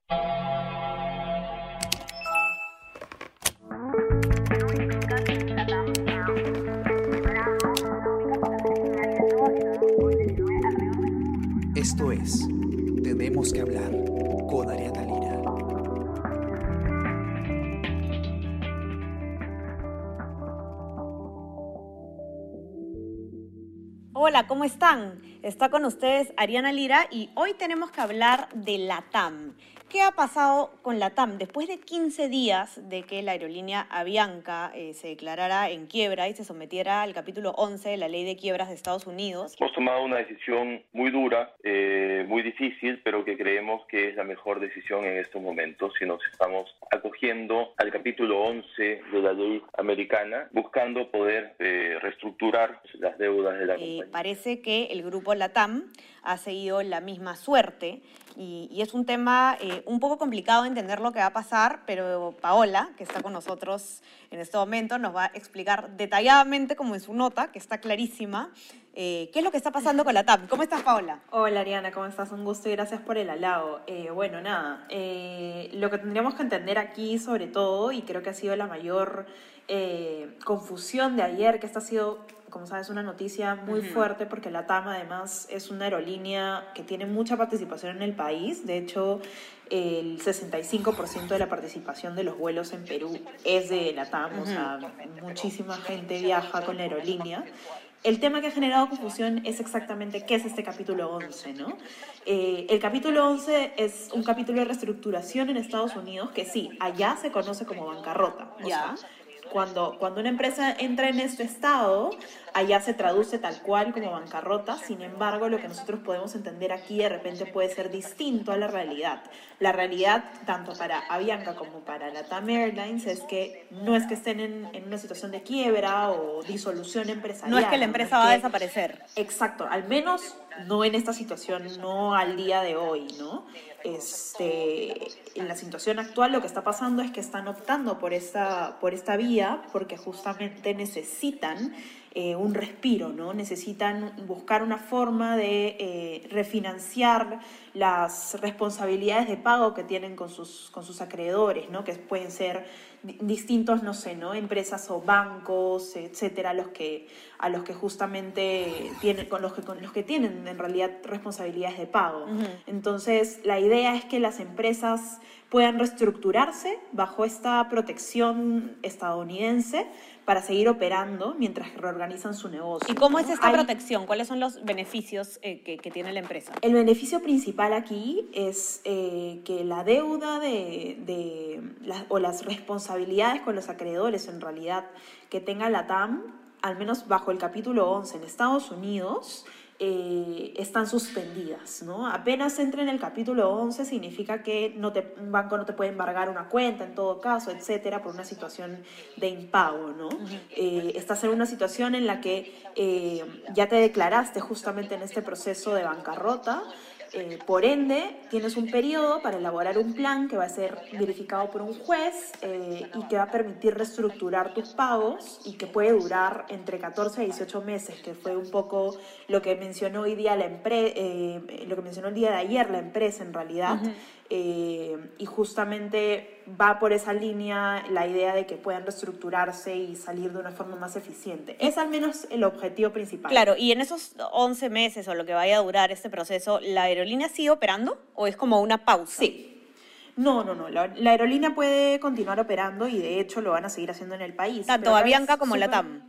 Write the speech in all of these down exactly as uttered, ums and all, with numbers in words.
Esto es Tenemos que hablar con Ariana Lira. Hola, ¿cómo están? Está con ustedes Ariana Lira y hoy tenemos que hablar de LATAM. ¿Qué ha pasado con LATAM? Después de quince días de que la aerolínea Avianca eh, se declarara en quiebra y se sometiera al capítulo once de la ley de quiebras de Estados Unidos. Hemos tomado una decisión muy dura, eh, muy difícil, pero que creemos que es la mejor decisión en estos momentos y nos estamos acogiendo al capítulo once de la ley americana, buscando poder eh, reestructurar las deudas de la Eh, compañía. parece que el grupo LATAM ha seguido la misma suerte y, y es un tema eh, un poco complicado de entender lo que va a pasar, pero Paola, que está con nosotros en este momento, nos va a explicar detalladamente, como en su nota, que está clarísima, eh, qué es lo que está pasando con LATAM. ¿Cómo estás, Paola? Hola Ariana, ¿cómo estás? Un gusto y gracias por el halago. Eh, bueno, nada, eh, lo que tendríamos que entender aquí sobre todo, y creo que ha sido la mayor eh, confusión de ayer, que esta ha sido, como sabes, una noticia muy Uh-huh. fuerte, porque LATAM además es una aerolínea que tiene mucha participación en el país. De hecho, el sesenta y cinco por ciento de la participación de los vuelos en Perú es de LATAM, Uh-huh. o sea, muchísima gente viaja con la aerolínea. El tema que ha generado confusión es exactamente qué es este capítulo once, ¿no? Eh, el capítulo once es un capítulo de reestructuración en Estados Unidos que sí, allá se conoce como bancarrota. O Ya. sea, cuando, cuando una empresa entra en este estado, allá se traduce tal cual como bancarrota. Sin embargo, lo que nosotros podemos entender aquí de repente puede ser distinto a la realidad. La realidad, tanto para Avianca como para LATAM Airlines, es que no es que estén en, en una situación de quiebra o disolución empresarial. No es que la empresa no es va a que- desaparecer. Exacto, al menos no en esta situación, no al día de hoy, ¿no? Este, en la situación actual lo que está pasando es que están optando por esta, por esta vía porque justamente necesitan eh, un respiro, ¿no? Necesitan buscar una forma de eh, refinanciar las responsabilidades de pago que tienen con sus, con sus acreedores, ¿no? Que pueden ser di- distintos, no sé, ¿no? Empresas o bancos, etcétera, a los que, a los que justamente tienen, con los que, con los que tienen en realidad responsabilidades de pago. Uh-huh. Entonces, la idea es que las empresas puedan reestructurarse bajo esta protección estadounidense para seguir operando mientras reorganizan su negocio. ¿Y cómo ¿no? es esta Hay- protección? ¿Cuáles son los beneficios eh, que, que tiene la empresa? El beneficio principal aquí es eh, que la deuda de, de la- o las responsabilidades con los acreedores en realidad que tenga LATAM, al menos bajo el capítulo once en Estados Unidos, eh, están suspendidas, ¿no? Apenas entra en el capítulo once significa que no te, un banco no te puede embargar una cuenta en todo caso, etcétera, por una situación de impago, ¿no? Uh-huh. Eh, estás en una situación en la que eh, ya te declaraste justamente en este proceso de bancarrota. Eh, por ende, tienes un periodo para elaborar un plan que va a ser verificado por un juez eh, y que va a permitir reestructurar tus pagos y que puede durar entre catorce a dieciocho meses, que fue un poco lo que mencionó hoy día la empresa, eh, lo que mencionó el día de ayer la empresa en realidad. Uh-huh. Eh, y justamente va por esa línea la idea de que puedan reestructurarse y salir de una forma más eficiente. Es al menos el objetivo principal. Claro, y en esos once meses o lo que vaya a durar este proceso, ¿la aerolínea sigue operando o es como una pausa? Sí. No, no, no. La, la aerolínea puede continuar operando y de hecho lo van a seguir haciendo en el país. Tanto Pero acá Avianca es como súper- LATAM.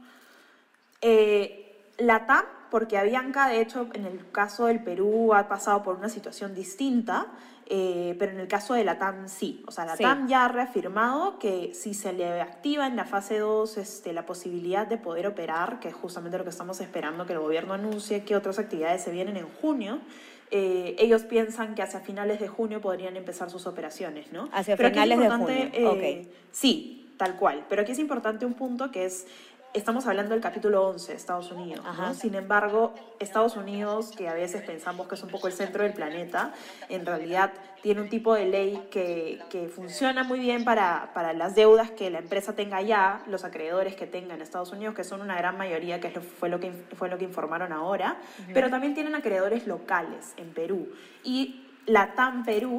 Eh, LATAM, porque Avianca, de hecho, en el caso del Perú ha pasado por una situación distinta, eh, pero en el caso de LATAM sí. O sea, LATAM Sí. ya ha reafirmado que si se le activa en la fase dos este, la posibilidad de poder operar, que es justamente lo que estamos esperando que el gobierno anuncie que otras actividades se vienen en junio, eh, ellos piensan que hacia finales de junio podrían empezar sus operaciones, ¿no? Hacia Pero aquí es finales de importante, junio, eh, ok. Sí, tal cual. Pero aquí es importante un punto que es, estamos hablando del capítulo once de Estados Unidos, Ajá. ¿no? Sin embargo, Estados Unidos, que a veces pensamos que es un poco el centro del planeta, en realidad tiene un tipo de ley que, que funciona muy bien para, para las deudas que la empresa tenga allá, los acreedores que tenga en Estados Unidos, que son una gran mayoría, que es lo- fue, lo que, fue lo que informaron ahora, Ujú. pero también tienen acreedores locales en Perú. Y LATAM Perú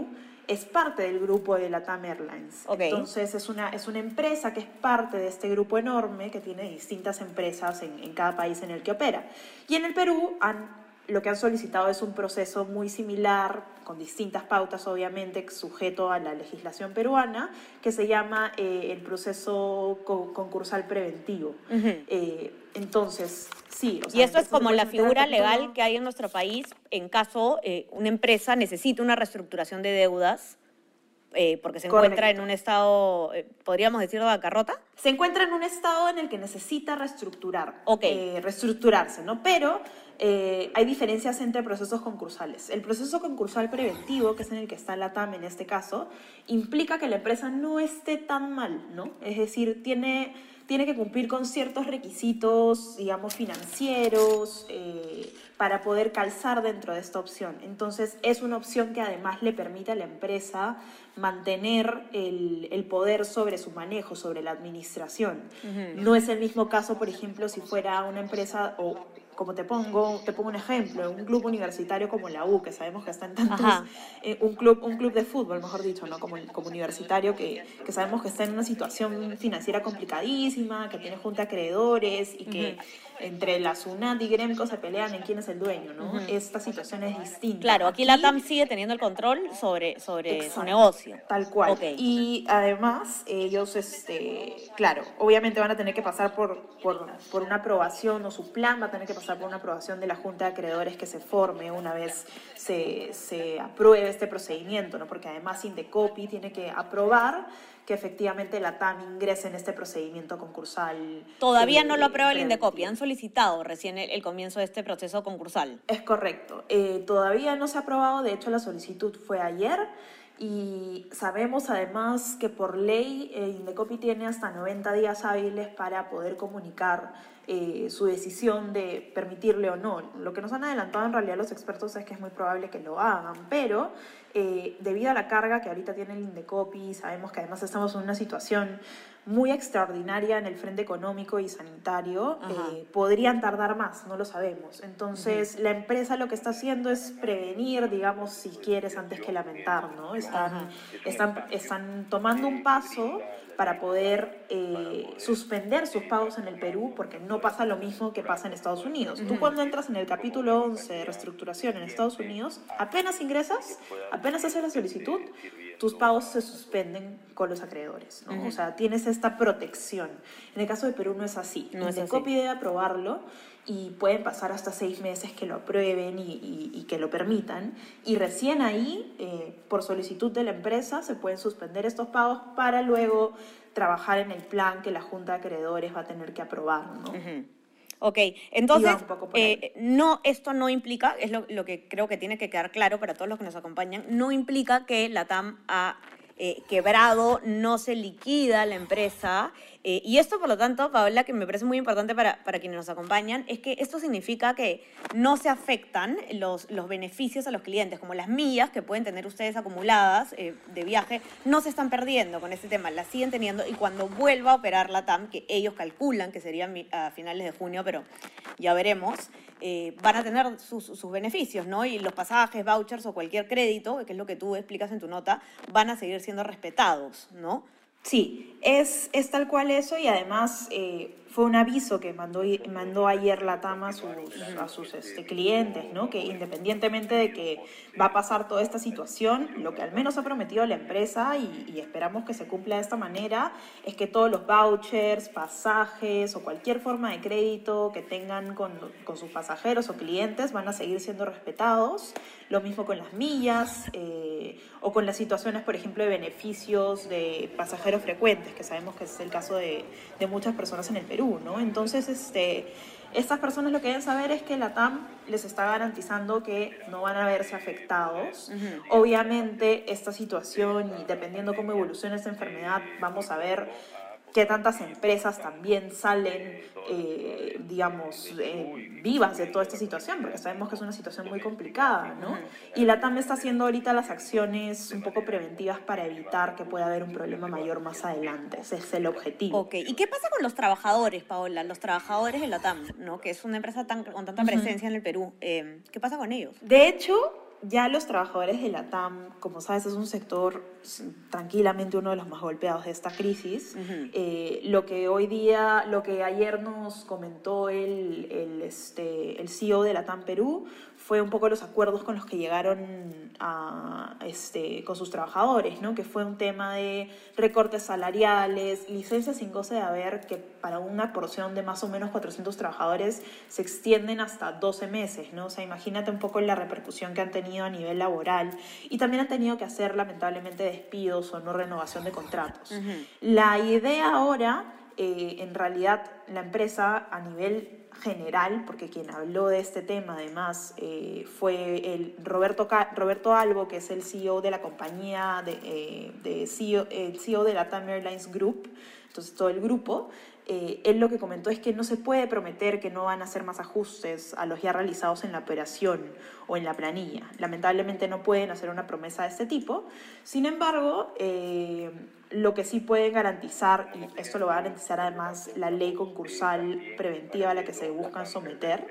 es parte del grupo de LATAM Airlines. Okay. Entonces es una, es una empresa que es parte de este grupo enorme que tiene distintas empresas en, en cada país en el que opera. Y en el Perú han lo que han solicitado es un proceso muy similar, con distintas pautas, obviamente, sujeto a la legislación peruana, que se llama eh, el proceso co concursal preventivo. Uh-huh. eh, entonces, sí. O sea, y esto es como la figura legal que hay en nuestro país en caso eh, una empresa necesite una reestructuración de deudas, eh, porque se encuentra Correcto. en un estado, eh, podríamos decir, de bancarrota. Se encuentra en un estado en el que necesita reestructurar, okay. eh, reestructurarse, ¿no? Pero eh, hay diferencias entre procesos concursales. El proceso concursal preventivo, que es en el que está LATAM en este caso, implica que la empresa no esté tan mal, ¿no? Es decir, tiene, tiene que cumplir con ciertos requisitos, digamos, financieros, eh, para poder calzar dentro de esta opción. Entonces, es una opción que además le permite a la empresa mantener el, el poder sobre su manejo, sobre la administración. Uh-huh. No es el mismo caso, por ejemplo, si fuera una empresa, o como te pongo, te pongo un ejemplo, un club universitario como la U, que sabemos que está en tantos, eh, un, club, un club de fútbol, mejor dicho, ¿no? como, como universitario, que, que sabemos que está en una situación financiera complicadísima, que tiene junta de acreedores y que uh-huh. entre la SUNAT y Gremco se pelean en quién es el dueño, ¿no? Uh-huh. Esta situación es distinta. Claro, aquí, aquí LATAM sigue teniendo el control sobre, sobre exacto, su negocio. Tal cual. Okay. Y además, ellos, este, claro, obviamente van a tener que pasar por, por, por una aprobación, o su plan va a tener que pasar por una aprobación de la Junta de Acreedores que se forme una vez se, se apruebe este procedimiento, ¿no? Porque además Indecopi tiene que aprobar que efectivamente la T A M ingrese en este procedimiento concursal. Todavía eh, no lo aprueba el Indecopi, han solicitado recién el, el comienzo de este proceso concursal. Es correcto, eh, todavía no se ha aprobado, de hecho la solicitud fue ayer. Y sabemos además que por ley eh, Indecopi tiene hasta noventa días hábiles para poder comunicar eh, su decisión de permitirle o no. Lo que nos han adelantado en realidad los expertos es que es muy probable que lo hagan, pero eh, debido a la carga que ahorita tiene el Indecopi, sabemos que además estamos en una situación muy extraordinaria en el frente económico y sanitario, eh, podrían tardar más, no lo sabemos. Entonces, uh-huh. la empresa lo que está haciendo es prevenir, digamos, si quieres, antes que lamentar, ¿no? Están, uh-huh. están, están tomando un paso para poder eh, suspender sus pagos en el Perú, porque no pasa lo mismo que pasa en Estados Unidos. Uh-huh. Tú cuando entras en el capítulo once de reestructuración en Estados Unidos, apenas ingresas, apenas haces la solicitud, tus pagos se suspenden con los acreedores, ¿no? Uh-huh. O sea, tienes esta protección. En el caso de Perú no es así. No es Indecopi debe aprobarlo y pueden pasar hasta seis meses que lo aprueben y, y, y que lo permitan. Y recién ahí, eh, por solicitud de la empresa, se pueden suspender estos pagos para luego trabajar en el plan que la Junta de Acreedores va a tener que aprobar, ¿no? Uh-huh. Ok, entonces, eh, no, esto no implica, es lo, lo que creo que tiene que quedar claro para todos los que nos acompañan, no implica que la T A M ha eh, quebrado, no se liquida la empresa. Eh, y esto, por lo tanto, Paola, que me parece muy importante para, para quienes nos acompañan, es que esto significa que no se afectan los, los beneficios a los clientes, como las millas que pueden tener ustedes acumuladas eh, de viaje, no se están perdiendo con este tema, las siguen teniendo, y cuando vuelva a operar la T A M, que ellos calculan que sería a finales de junio, pero ya veremos, eh, van a tener sus, sus beneficios, ¿no? Y los pasajes, vouchers o cualquier crédito, que es lo que tú explicas en tu nota, van a seguir siendo respetados, ¿no? Sí, es, es tal cual eso, y además eh, fue un aviso que mandó, mandó ayer la T A M a sus, a sus este, clientes, ¿no? Que independientemente de que va a pasar toda esta situación, lo que al menos ha prometido la empresa, y, y esperamos que se cumpla de esta manera, es que todos los vouchers, pasajes o cualquier forma de crédito que tengan con, con sus pasajeros o clientes van a seguir siendo respetados. Lo mismo con las millas eh, o con las situaciones, por ejemplo, de beneficios de pasajeros frecuentes, que sabemos que es el caso de, de muchas personas en el Perú, ¿no? Entonces, este, estas personas lo que deben saber es que la T A M les está garantizando que no van a verse afectados. Uh-huh. Obviamente, esta situación, y dependiendo cómo evolucione esta enfermedad, vamos a ver que tantas empresas también salen, eh, digamos, eh, vivas de toda esta situación, porque sabemos que es una situación muy complicada, ¿no? Y la T A M está haciendo ahorita las acciones un poco preventivas para evitar que pueda haber un problema mayor más adelante. Ese es el objetivo. Ok, ¿y qué pasa con los trabajadores, Paola? Los trabajadores de la T A M, ¿no? Que es una empresa tan, con tanta presencia uh-huh. en el Perú. Eh, ¿Qué pasa con ellos? De hecho, ya los trabajadores de la T A M, como sabes, es un sector tranquilamente uno de los más golpeados de esta crisis. Uh-huh. Eh, lo que hoy día, lo que ayer nos comentó el, el, este, el C E O de la T A M Perú fue un poco los acuerdos con los que llegaron a, este, con sus trabajadores, ¿no? Que fue un tema de recortes salariales, licencias sin goce de haber, que para una porción de más o menos cuatrocientos trabajadores se extienden hasta doce meses, ¿no? O sea, imagínate un poco la repercusión que han tenido a nivel laboral, y también han tenido que hacer lamentablemente despidos o no renovación de contratos. Uh-huh. La idea ahora, eh, en realidad, la empresa a nivel general, porque quien habló de este tema además eh, fue el Roberto, Roberto Albo, que es el C E O de la compañía, de, eh, de C E O, el C E O de la T A M Airlines Group, entonces todo el grupo. Eh, él lo que comentó es que no se puede prometer que no van a hacer más ajustes a los ya realizados en la operación o en la planilla. Lamentablemente no pueden hacer una promesa de este tipo. Sin embargo, eh, lo que sí pueden garantizar, y esto lo va a garantizar además la ley concursal preventiva a la que se buscan someter,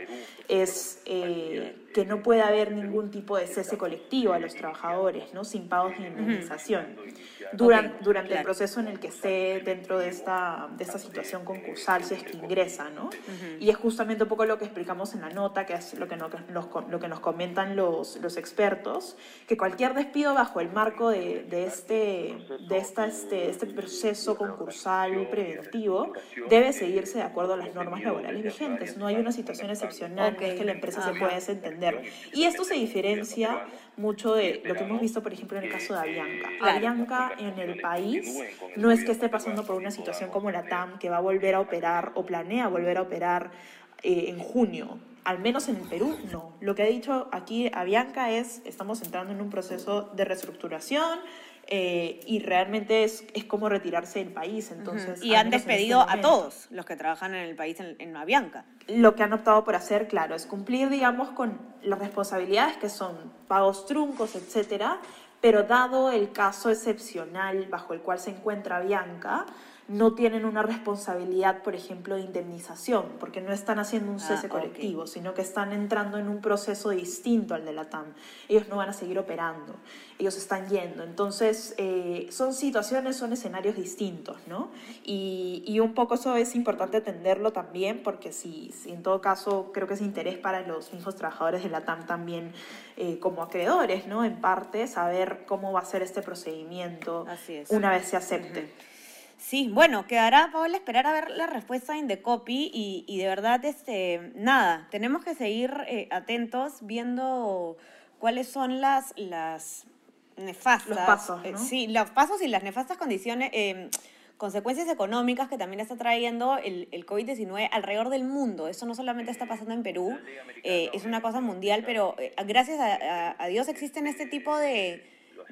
es eh, que no puede haber ningún tipo de cese colectivo a los trabajadores, ¿no? Sin pagos ni indemnización. Durante, okay, durante claro. el proceso en el que esté dentro de esta, de esta situación concursal, si es que ingresa, ¿no? Uh-huh. Y es justamente un poco lo que explicamos en la nota, que es lo que, no, que nos, lo que nos comentan los, los expertos, que cualquier despido bajo el marco de, de, este, de esta, este, este proceso concursal preventivo debe seguirse de acuerdo a las normas laborales vigentes. No hay una situación excepcional okay. en que la empresa uh-huh. se pueda desentender. Y esto se diferencia mucho de lo que hemos visto, por ejemplo, en el caso de Avianca. Claro. Avianca en el país no es que esté pasando por una situación como la T A M, que va a volver a operar o planea volver a operar eh, en junio. Al menos en el Perú, no. Lo que ha dicho aquí Avianca es, estamos entrando en un proceso de reestructuración eh, y realmente es, es como retirarse del país. Entonces, uh-huh. Y han despedido este a todos los que trabajan en el país en, en Avianca. Lo que han optado por hacer, claro, es cumplir, digamos, con las responsabilidades que son pagos truncos, etcétera, pero dado el caso excepcional bajo el cual se encuentra Avianca, no tienen una responsabilidad, por ejemplo, de indemnización, porque no están haciendo un cese ah, colectivo, okay. sino que están entrando en un proceso distinto al de la T A M. Ellos no van a seguir operando, ellos están yendo. Entonces, eh, son situaciones, son escenarios distintos, ¿no? Y, y un poco eso es importante entenderlo también, porque si, si en todo caso creo que es interés para los mismos trabajadores de la T A M también eh, como acreedores, ¿no? En parte, saber cómo va a ser este procedimiento una vez se acepte. Uh-huh. Sí, bueno, quedará, Paola, esperar a ver la respuesta de Indecopi y, y de verdad, este, nada, tenemos que seguir eh, atentos viendo cuáles son las, las nefastas... Los pasos, ¿no? Eh, sí, los pasos y las nefastas condiciones, eh, consecuencias económicas que también está trayendo el, el COVID diecinueve alrededor del mundo. Eso no solamente está pasando en Perú, eh, es una cosa mundial, pero eh, gracias a, a, a Dios existen este tipo de...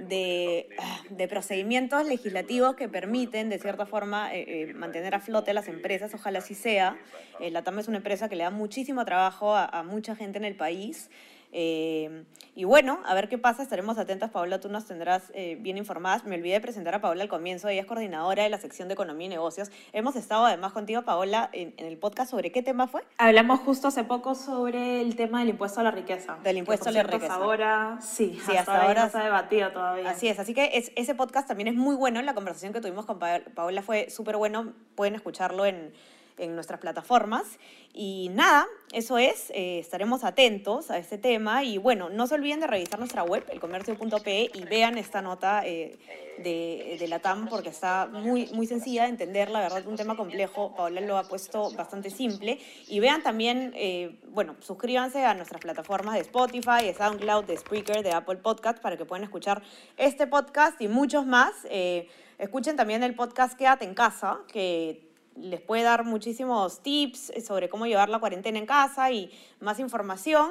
De, de procedimientos legislativos que permiten, de cierta forma, eh, eh, mantener a flote a las empresas. Ojalá así sea. Eh, la T A M es una empresa que le da muchísimo trabajo a, a mucha gente en el país. Eh, y bueno, a ver qué pasa, estaremos atentas. Paola, tú nos tendrás eh, bien informadas. Me olvidé de presentar a Paola al comienzo, ella es coordinadora de la sección de Economía y Negocios. Hemos estado además contigo, Paola, en, en el podcast. ¿Sobre qué tema fue? Hablamos justo hace poco sobre el tema del impuesto a la riqueza. Del impuesto a la riqueza. Ahora, sí, sí hasta, hasta ahora no se ha debatido todavía. Así es, así que es, ese podcast también es muy bueno. La conversación que tuvimos con Paola fue súper bueno, pueden escucharlo en... en nuestras plataformas. Y nada, eso es, eh, estaremos atentos a este tema y bueno, no se olviden de revisar nuestra web, elcomercio punto pe, y vean esta nota eh, de, de la T A M porque está muy, muy sencilla de entender, la verdad, un tema complejo. Paola lo ha puesto bastante simple. Y vean también, eh, bueno, suscríbanse a nuestras plataformas de Spotify, de SoundCloud, de Spreaker, de Apple Podcast para que puedan escuchar este podcast y muchos más. Eh, escuchen también el podcast Quédate en Casa, que les puede dar muchísimos tips sobre cómo llevar la cuarentena en casa y más información.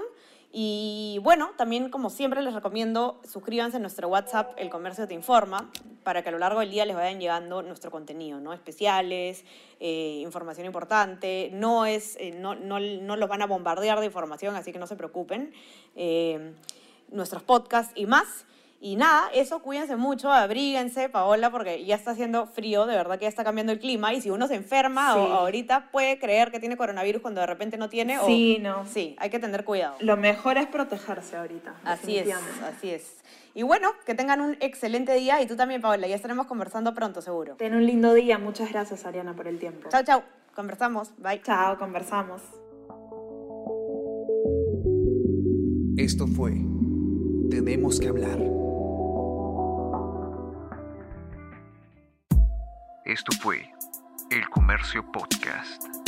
Y bueno, también como siempre les recomiendo, suscríbanse a nuestro WhatsApp, El Comercio Te Informa, para que a lo largo del día les vayan llegando nuestro contenido, ¿no? Especiales, eh, información importante, no, es, eh, no, no, no los van a bombardear de información, así que no se preocupen. Eh, nuestros podcasts y más. Y nada, eso, cuídense mucho, abríguense, Paola, porque ya está haciendo frío, de verdad que ya está cambiando el clima, y si uno se enferma Sí. o, ahorita puede creer que tiene coronavirus cuando de repente no tiene. Sí, o, no. Sí, hay que tener cuidado. Lo mejor es protegerse ahorita. Así es, definitivamente. así es. Y bueno, que tengan un excelente día, y tú también, Paola, ya estaremos conversando pronto, seguro. Ten un lindo día. Muchas gracias, Ariana, por el tiempo. Chau, chau, conversamos, bye. Chao, conversamos. Esto fue Tenemos que hablar. Esto fue El Comercio Podcast.